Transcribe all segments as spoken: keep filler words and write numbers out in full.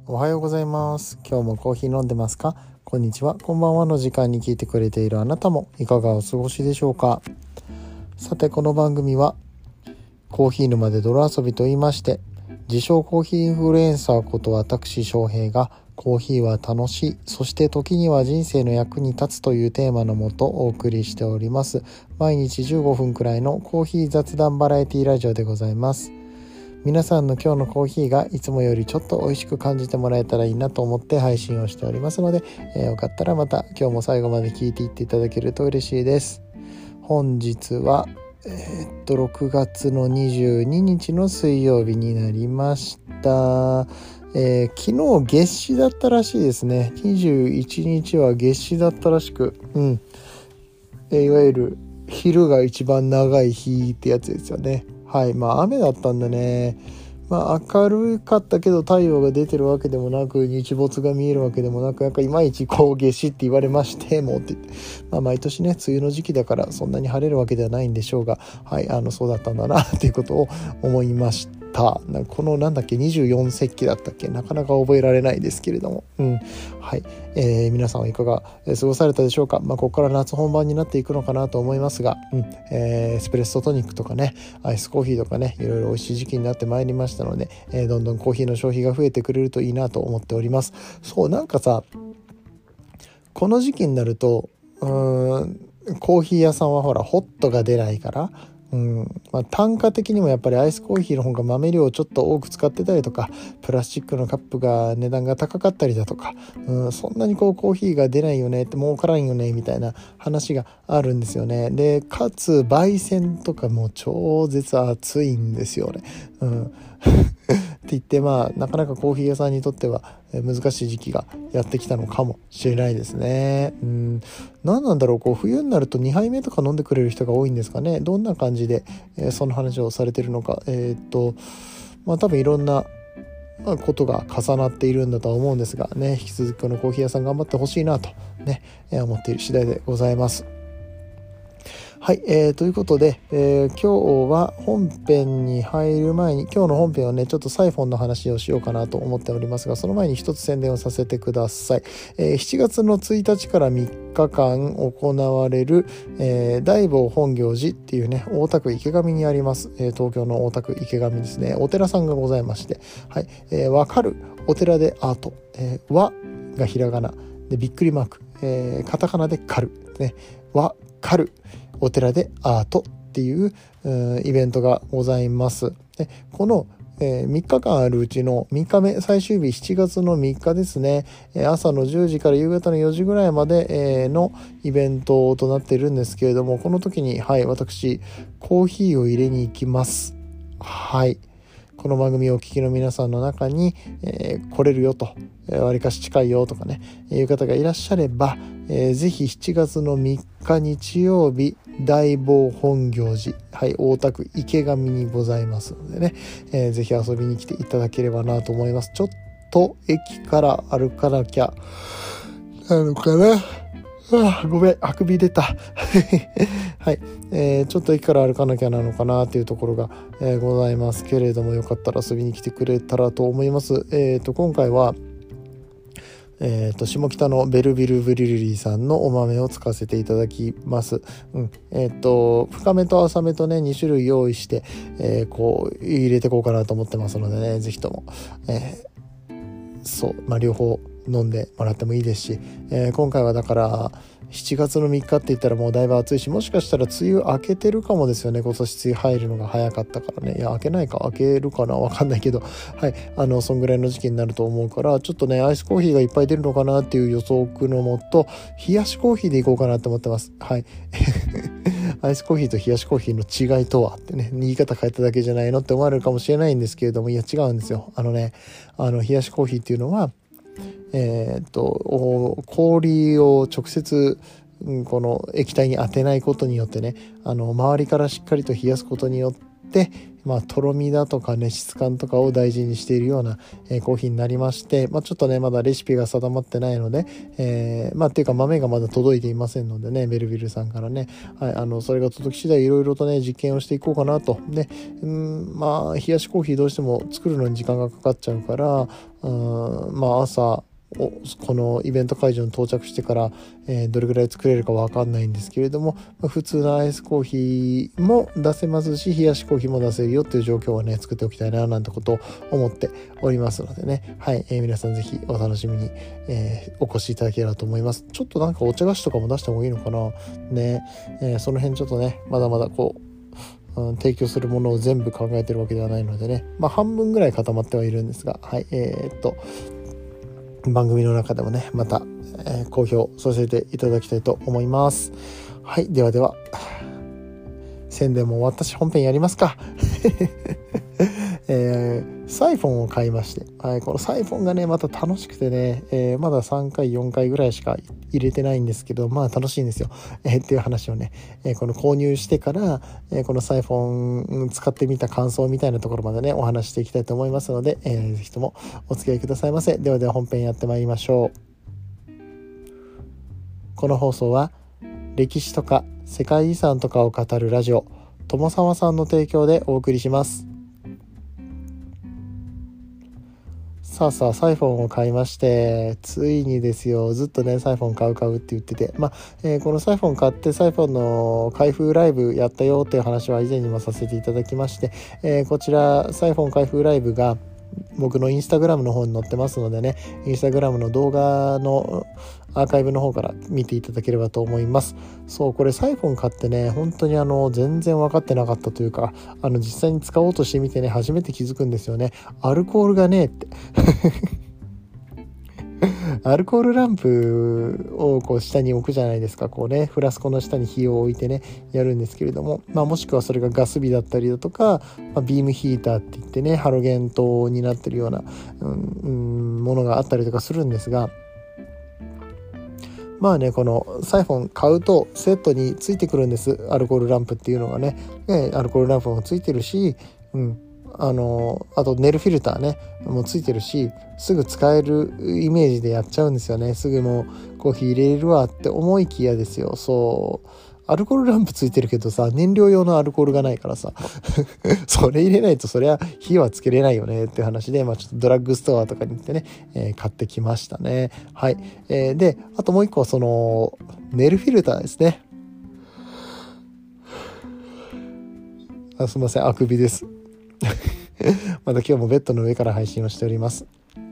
おはようございます。今日もコーヒー飲んでますか？こんにちは、こんばんはの時間に聞いてくれているあなたもいかがお過ごしでしょうか？さて、この番組はコーヒー沼で泥遊びと言いまして、自称コーヒーインフルエンサーこと私翔平がコーヒーは楽しい、そして時には人生の役に立つというテーマのもとお送りしております。毎日じゅうごふんくらいのコーヒー雑談バラエティラジオでございます。皆さんの今日のコーヒーがいつもよりちょっと美味しく感じてもらえたらいいなと思って配信をしておりますので、えー、よかったらまた今日も最後まで聞いていっていただけると嬉しいです。本日はえー、っとろくがつのにじゅうににちの水曜日になりました。えー、昨日夏至だったらしいですね。にじゅういちにちは夏至だったらしく、うん、えー、いわゆる昼が一番長い日ってやつですよね。はい、まあ雨だったんだね。まあ明るかったけど太陽が出てるわけでもなく、日没が見えるわけでもなく、なんかいまいちこう夏至って言われましてもって言って、まあ毎年ね梅雨の時期だからそんなに晴れるわけではないんでしょうが、はいあのそうだったんだなっていうことを思いました。なんかこのなんだっけにじゅうよん節気だったっけ、なかなか覚えられないですけれども、うんはい、えー、皆さんはいかが過ごされたでしょうか？まあここから夏本番になっていくのかなと思いますが、うんえー、エスプレッソトニックとかね、アイスコーヒーとかね、いろいろ美味しい時期になってまいりましたので、えー、どんどんコーヒーの消費が増えてくれるといいなと思っております。そうなんかさ、この時期になるとうーんコーヒー屋さんはほらホットが出ないから、うんまあ、単価的にもやっぱりアイスコーヒーの方が豆量をちょっと多く使ってたりとか、プラスチックのカップが値段が高かったりだとか、うん、そんなにこうコーヒーが出ないよねって儲からんよねみたいな話があるんですよね。でかつ焙煎とかも超絶熱いんですよね、うんって言って、まあなかなかコーヒー屋さんにとっては難しい時期がやってきたのかもしれないですね。うん、何なんだろう、こう冬になるとにはいめとか飲んでくれる人が多いんですかね。どんな感じで、えー、その話をされてるのか、えー、っとまあ多分いろんなことが重なっているんだとは思うんですがね、引き続きこのコーヒー屋さん頑張ってほしいなとね、えー、思っている次第でございます。はい、えー、ということで、えー、今日は本編に入る前に、今日の本編はねちょっとサイフォンの話をしようかなと思っておりますが、その前に一つ宣伝をさせてください。えー、しちがつのついたちからみっかかん行われる、えー、大坊本行寺っていうね、大田区池上にあります、えー、東京の大田区池上ですね、お寺さんがございまして、はい、えー、わかるお寺でアート、えー、和がひらがなでびっくりマーク、えー、カタカナでカルね、わかるお寺でアートっていう、うイベントがございます。でこの、えー、みっかかんあるうちのみっかめ、最終日しちがつのみっかですね、朝のじゅうじから夕方のよじぐらいまで、えー、のイベントとなっているんですけれども、この時にはい私コーヒーを入れに行きます。はい、この番組をお聞きの皆さんの中に、えー、来れるよと、えー、割かし近いよとかね、いう方がいらっしゃれば、えー、ぜひしちがつのみっか日曜日、大坊本行寺、はい、大田区池上にございますのでね、えー、ぜひ遊びに来ていただければなと思います。ちょっと駅から歩かなきゃなのかな。ああごめん、あくび出たはい、えー、ちょっと駅から歩かなきゃなのかなっていうところが、えー、ございますけれども、よかったら遊びに来てくれたらと思います。えーと今回はえーと下北のベルビルブリルリーさんのお豆を使わせていただきます。うん、えーと深めと浅めとねにしゅるい用意して、えー、こう入れていこうかなと思ってますのでね、ぜひとも、えー、そうまあ両方飲んでもらってもいいですし、えー、今回はだからしちがつのみっかって言ったらもうだいぶ暑いし、もしかしたら梅雨明けてるかもですよね。今年梅雨入るのが早かったからね。いや明けないか、明けるかな、わかんないけど、はい、あのそんぐらいの時期になると思うから、ちょっとねアイスコーヒーがいっぱい出るのかなっていう予測のもと、冷やしコーヒーでいこうかなと思ってます。はいアイスコーヒーと冷やしコーヒーの違いとはってね、言い方変えただけじゃないのって思われるかもしれないんですけれども、いや違うんですよ。あのねあの冷やしコーヒーっていうのはえー、っと氷を直接この液体に当てないことによってね、あの周りからしっかりと冷やすことによってまあとろみだとかね質感とかを大事にしているような、えー、コーヒーになりまして、まあ、ちょっとねまだレシピが定まってないので、えー、まあっていうか豆がまだ届いていませんのでね、ベルビルさんからね、はい、あのそれが届き次第いろいろとね実験をしていこうかなと。で、うん、まあ冷やしコーヒーどうしても作るのに時間がかかっちゃうから、うん、まあ朝このイベント会場に到着してから、えー、どれぐらい作れるか分かんないんですけれども、まあ、普通のアイスコーヒーも出せますし冷やしコーヒーも出せるよっていう状況をね作っておきたいななんてことを思っておりますのでね、はい、えー、皆さんぜひお楽しみに、えー、お越しいただければと思います。ちょっとなんかお茶菓子とかも出した方がいいのかなね、えー、その辺ちょっとねまだまだこううん、提供するものを全部考えてるわけではないのでね、まあ半分ぐらい固まってはいるんですが、はい、えー、っと番組の中でもねまた、えー、公表させていただきたいと思います。はい、ではでは宣伝も終わったし本編やりますか、えー、サイフォンを買いまして、はい、このサイフォンがねまた楽しくてね、えー、まださんかいよんかいぐらいしか入れてないんですけど、まあ楽しいんですよ、えー、っていう話をね、えー、この購入してから、えー、このサイフォン使ってみた感想みたいなところまでねお話していきたいと思いますので、えー、ぜひともお付き合いくださいませ。ではでは本編やってまいりましょう。この放送は歴史とか世界遺産とかを語るラジオ友沢さんの提供でお送りします。さあさあサイフォンを買いまして、ついにですよ、ずっとねサイフォン買う買うって言ってて、まあ、えー、このサイフォン買ってサイフォンの開封ライブやったよっていう話は以前にもさせていただきまして、えー、こちらサイフォン開封ライブが僕のインスタグラムの方に載ってますのでね、インスタグラムの動画のアーカイブの方から見ていただければと思います。そう、これサイフォン買ってね本当にあの全然分かってなかったというか、あの実際に使おうとしてみてね初めて気づくんですよね。アルコールがねってアルコールランプをこう下に置くじゃないですか。こうねフラスコの下に火を置いてねやるんですけれども、まあ、もしくはそれがガス火だったりだとか、まあ、ビームヒーターって言ってねハロゲン灯になってるような、うんうん、ものがあったりとかするんですが、まあねこのサイフォン買うとセットについてくるんです。アルコールランプっていうのがね、ねアルコールランプもついてるし、うんあのあとネルフィルターねもうついてるし、すぐ使えるイメージでやっちゃうんですよね。すぐもうコーヒー入れれるわって思いきやですよ、そうアルコールランプついてるけどさ燃料用のアルコールがないからさそれ入れないとそりゃ火はつけれないよねって話で、まあ、ちょっとドラッグストアとかに行ってね、えー、買ってきましたね。はい、えー、であともう一個そのネルフィルターですね。あすいませんあくびですまた今日もベッドの上から配信をしております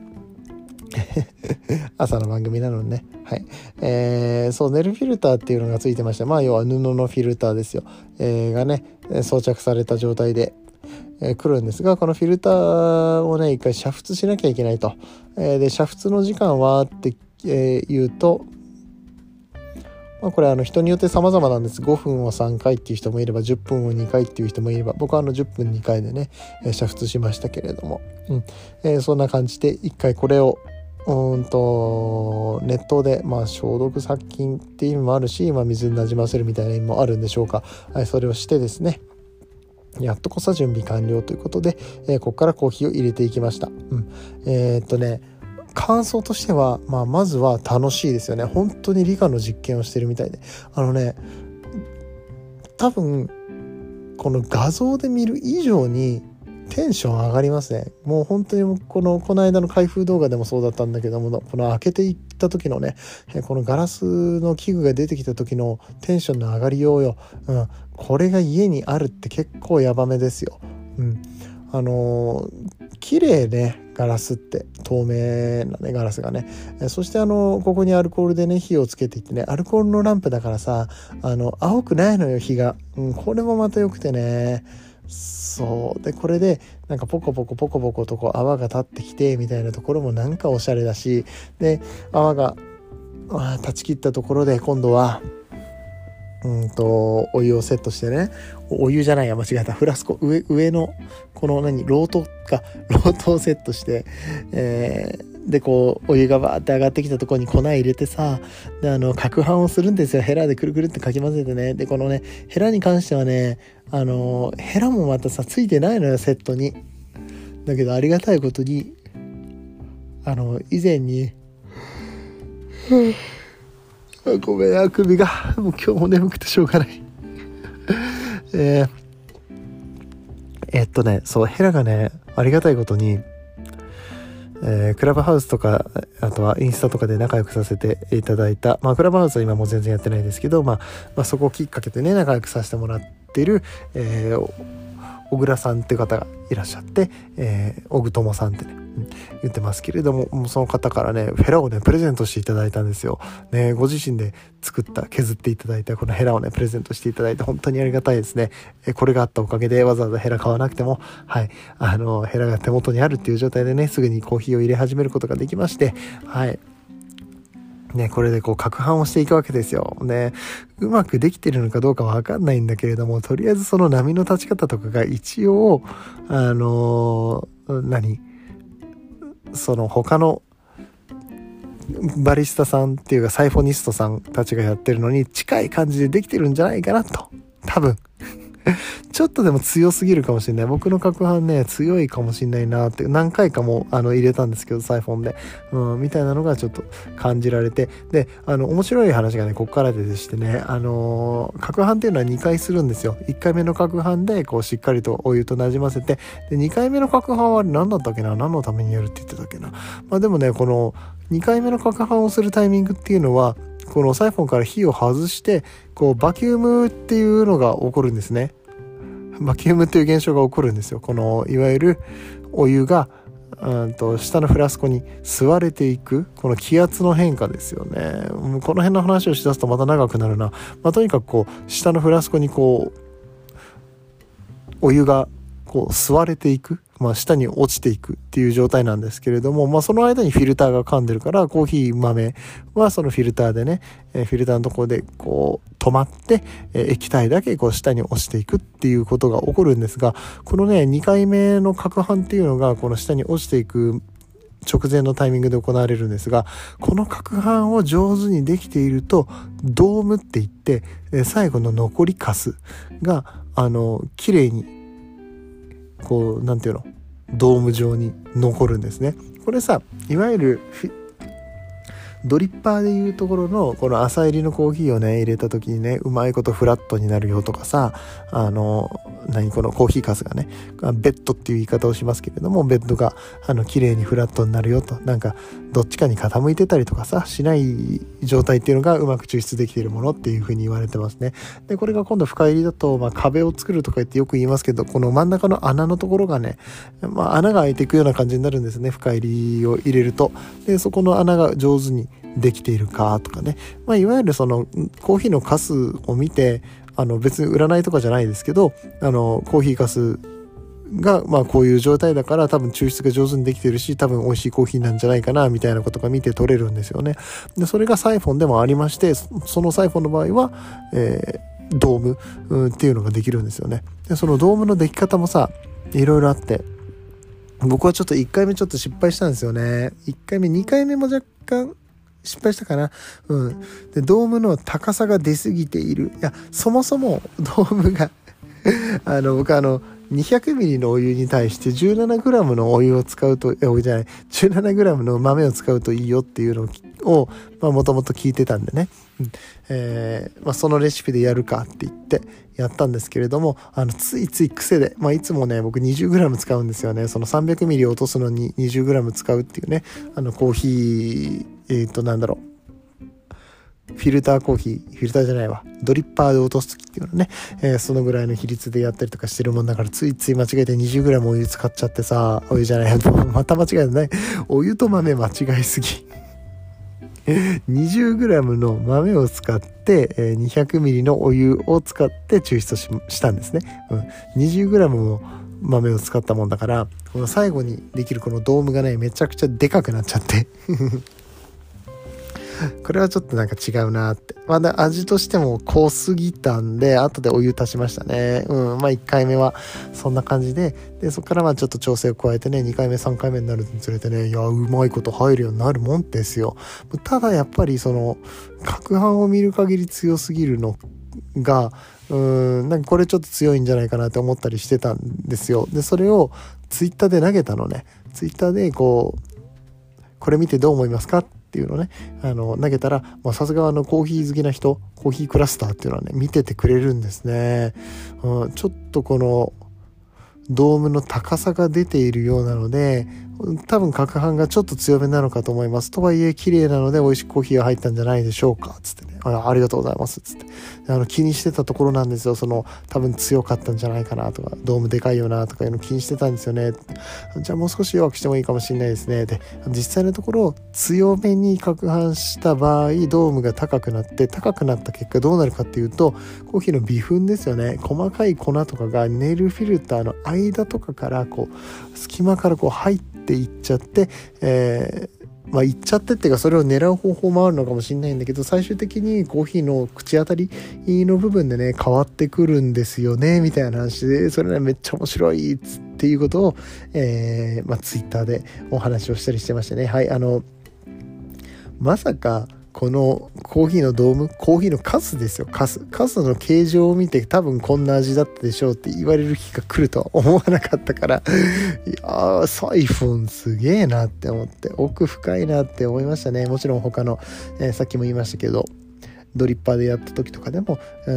朝の番組なのでね、はい、えー、そうネルフィルターっていうのがついてまして、まあ要は布のフィルターですよ、えー、がね装着された状態で、えー、来るんですが、このフィルターをね一回煮沸しなきゃいけないと、えー、で煮沸の時間はって、えー、言うと、まあ、これあの人によって様々なんです。ごふんをさんかいっていう人もいればじゅっぷんをにかいっていう人もいれば、僕はあのじゅっぷんにかいでね、えー、煮沸しましたけれども、うんえー、そんな感じで一回これをうんと熱湯で、まあ、消毒殺菌っていう意味もあるし、まあ、水になじませるみたいな意味もあるんでしょうか、はい、それをしてですねやっとこさ準備完了ということで、えー、ここからコーヒーを入れていきました、うん、えー、っとね感想としては、まあ、まずは楽しいですよね。本当に理科の実験をしてるみたいで、あのね多分この画像で見る以上にテンション上がりますね。もう本当にこのこの間の開封動画でもそうだったんだけども、この開けていった時のねこのガラスの器具が出てきた時のテンションの上がりようよ、うん、これが家にあるって結構ヤバめですよ。うん、あのー、綺麗ねガラスって透明なねガラスがね、えそしてあのここにアルコールでね火をつけていってね、アルコールのランプだからさあの青くないのよ火が、うん、これもまた良くてね。そうでこれでなんかポコポコポコポコとこう泡が立ってきてみたいなところもなんかおしゃれだし、で泡が断ち切ったところで今度はうんとお湯をセットしてね、お湯じゃないや間違えたフラスコ上上のこの何ロートかロートをセットして、えーでこうお湯がバーって上がってきたところに粉入れてさ、であの攪拌をするんですよ。ヘラでくるくるってかき混ぜてね。でこのねヘラに関してはね、あのヘラもまたさついてないのよ、セットに。だけどありがたいことにあの以前にごめん、あくびがもう今日も眠くてしょうがないえー、えっとねそうヘラがねありがたいことに、えー、クラブハウスとかあとはインスタとかで仲良くさせていただいた、まあクラブハウスは今もう全然やってないですけど、まあ、まあそこをきっかけでね仲良くさせてもらってる、えー、小倉さんっていう方がいらっしゃって、えー、小久友さんってね、うん、言ってますけれども、もうその方からねフェラをねプレゼントしていただいたんですよ、ね、ご自身で作った削っていただいたこのヘラをねプレゼントしていただいて本当にありがたいですね。えこれがあったおかげでわざわざヘラ買わなくても、はいあのヘラが手元にあるっていう状態でねすぐにコーヒーを入れ始めることができまして、はいね、これでこう攪拌をしていくわけですよ。ね、うまくできてるのかどうかわかんないんだけれども、とりあえずその波の立ち方とかが一応、あのー、何その他のバリスタさんっていうかサイフォニストさんたちがやってるのに近い感じでできてるんじゃないかなと。多分。ちょっとでも強すぎるかもしれない。僕の攪拌ね強いかもしれないなって何回かもあの入れたんですけどサイフォンで、うん、みたいなのがちょっと感じられて、であの面白い話がねここからででしてね、あのー、攪拌っていうのはにかいするんですよ。いっかいめの攪拌でこうしっかりとお湯となじませて、でにかいめの攪拌は何だったっけな、何のためにやるって言ってたっけな。まあでもねこのにかいめの攪拌をするタイミングっていうのはこのサイフォンから火を外してこうバキュームっていうのが起こるんですね。バキュームという現象が起こるんですよ。このいわゆるお湯がうんと下のフラスコに吸われていくこの気圧の変化ですよね。この辺の話をしだすとまた長くなるな。まあ、とにかくこう下のフラスコにこうお湯がこう吸われていく、まあ、下に落ちていくっていう状態なんですけれども、まあ、その間にフィルターが噛んでるからコーヒー豆はそのフィルターでね、えー、フィルターのところでこう止まって、えー、液体だけこう下に落ちていくっていうことが起こるんですが、このねにかいめの攪拌っていうのがこの下に落ちていく直前のタイミングで行われるんですが、この攪拌を上手にできているとドームっていって、えー、最後の残りカスがあの綺麗にこうなんていうのドーム状に残るんですね。これさいわゆるドリッパーでいうところのこの浅入りのコーヒーをね入れた時にねうまいことフラットになるよとかさ、あの何このコーヒーかすがねベッドっていう言い方をしますけれども、ベッドがあの綺麗にフラットになるよと、なんかどっちかに傾いてたりとかさしない状態っていうのがうまく抽出できているものっていう風に言われてますね。でこれが今度深入りだと、まあ、壁を作るとか言ってよく言いますけど、この真ん中の穴のところがね、まあ、穴が開いていくような感じになるんですね、深入りを入れると。でそこの穴が上手にできているかとかね、まあ、いわゆるそのコーヒーのカスを見て、あの別に占いとかじゃないですけど、あのコーヒーカスがまあこういう状態だから多分抽出が上手にできてるし多分美味しいコーヒーなんじゃないかなみたいなことが見て取れるんですよね。でそれがサイフォンでもありまして、そのサイフォンの場合は、えー、ドーム、うん、っていうのができるんですよね。でそのドームのでき方もさいろいろあって、僕はちょっといっかいめちょっと失敗したんですよね。いっかいめにかいめも若干失敗したかな。うん。で、ドームの高さが出すぎている。いや、そもそもドームがあの、僕あの、にひゃくミリのお湯に対して じゅうななグラム のお湯を使うと、え、お湯じゃない、じゅうななグラム の豆を使うといいよっていうのを、まあもともと聞いてたんでね。うんえーまあ、そのレシピでやるかって言ってやったんですけれども、あの、ついつい癖で、まあいつもね、僕 にじゅうグラム 使うんですよね。その さんびゃくミリ 落とすのに にじゅうグラム 使うっていうね、あの、コーヒー、えーと、なんだろう。フィルターコーヒー、フィルターじゃないわ。ドリッパーで落とすときっていうのね、えー、そのぐらいの比率でやったりとかしてるもんだから、ついつい間違えて にじゅうグラム お湯使っちゃってさ、お湯じゃない、また間違えてない。お湯と豆間違いすぎ。にじゅうグラム の豆を使って、えー、にひゃくミリ のお湯を使って抽出 し, したんですね。うん、にじゅうグラム も豆を使ったもんだから、この最後にできるこのドームがね、めちゃくちゃでかくなっちゃって。 これはちょっとなんか違うなって。まだ味としても濃すぎたんで、後でお湯足しましたね。うん。まあいっかいめはそんな感じで、で、そこからまあちょっと調整を加えてね、にかいめさんかいめになるにつれてね、いや、うまいこと入るようになるもんですよ。ただやっぱりその、攪拌を見る限り強すぎるのが、うーん、なんかこれちょっと強いんじゃないかなって思ったりしてたんですよ。で、それをツイッターで投げたのね。ツイッターでこう、これ見てどう思いますかっていうのをね、あの、投げたら、まあさすがあのコーヒー好きな人、コーヒークラスターっていうのはね、見ててくれるんですね。うん、ちょっとこの、ドームの高さが出ているようなので、多分攪拌がちょっと強めなのかと思います。とはいえ綺麗なので美味しいコーヒーが入ったんじゃないでしょうかつってね、あ、ありがとうございますつって、あの気にしてたところなんですよ。その多分強かったんじゃないかなとか、ドームでかいよなとかいうの気にしてたんですよね。じゃあもう少し弱くしてもいいかもしれないですね。で、実際のところ強めに攪拌した場合、ドームが高くなって高くなった結果どうなるかっていうと、コーヒーの微粉ですよね。細かい粉とかがネイルフィルターの間とかからこう隙間からこう入っていっちゃって、えーまあいっちゃってっていうか、それを狙う方法もあるのかもしれないんだけど、最終的にコーヒーの口当たりの部分でね変わってくるんですよねみたいな話で、それねめっちゃ面白いっていうことを、えー、まあツイッターでお話をしたりしてましたね。はい、あのまさかこのコーヒーのドーム、コーヒーのカスですよ、カス。カスの形状を見て多分こんな味だったでしょうって言われる日が来るとは思わなかったから、いやー、サイフォンすげえなって思って、奥深いなって思いましたね。もちろん他の、えー、さっきも言いましたけど、ドリッパーでやった時とかでも、うん、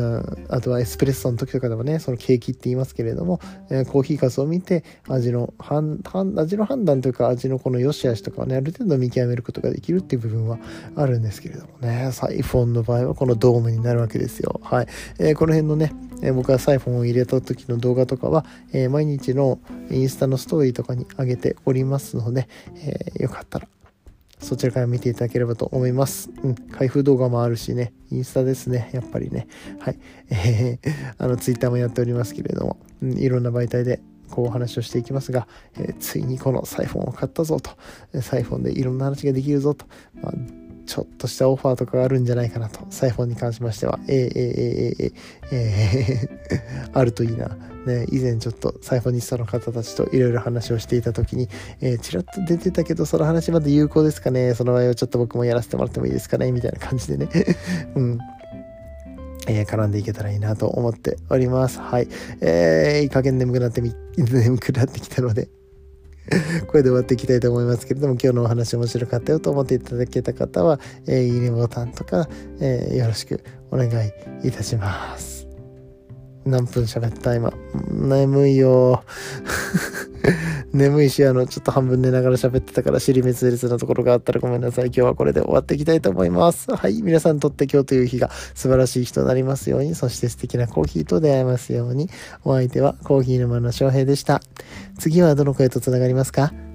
あとはエスプレッソの時とかでもね、そのケーキって言いますけれども、えー、コーヒーかすを見て味の判味の判断というか、味のこの良し悪しとかをね、ある程度見極めることができるっていう部分はあるんですけれどもね、サイフォンの場合はこのドームになるわけですよ。はい、えー、この辺のね、えー、僕はサイフォンを入れた時の動画とかは、えー、毎日のインスタのストーリーとかに上げておりますので、えー、よかったらそちらから見ていただければと思います。うん、開封動画もあるしね、インスタですね、やっぱりね。はい。えー、あの、ツイッターもやっておりますけれども、うん、いろんな媒体でこうお話をしていきますが、えー、ついにこのサイフォンを買ったぞと、サイフォンでいろんな話ができるぞと、まあ、ちょっとしたオファーとかがあるんじゃないかなと、サイフォンに関しましては、えー、えー、えー、えー、あるといいな。ね、以前ちょっとサイフォニストの方たちといろいろ話をしていた時に、えー、ちらっと出てたけど、その話まで有効ですかね、その場合はちょっと僕もやらせてもらってもいいですかねみたいな感じでね、うん、えー、絡んでいけたらいいなと思っております。はい、えー、いい加減眠くなってみ眠くなってきたのでこれで終わっていきたいと思いますけれども、今日のお話面白かったよと思っていただけた方は、えー、いいねボタンとか、えー、よろしくお願いいたします。何分喋った今。眠いよ眠いし、あのちょっと半分寝ながら喋ってたから尻滅裂なところがあったらごめんなさい。今日はこれで終わっていきたいと思います。はい、皆さんにとって今日という日が素晴らしい日となりますように、そして素敵なコーヒーと出会えますように。お相手はコーヒー沼の翔平でした。次はどの声とつながりますか？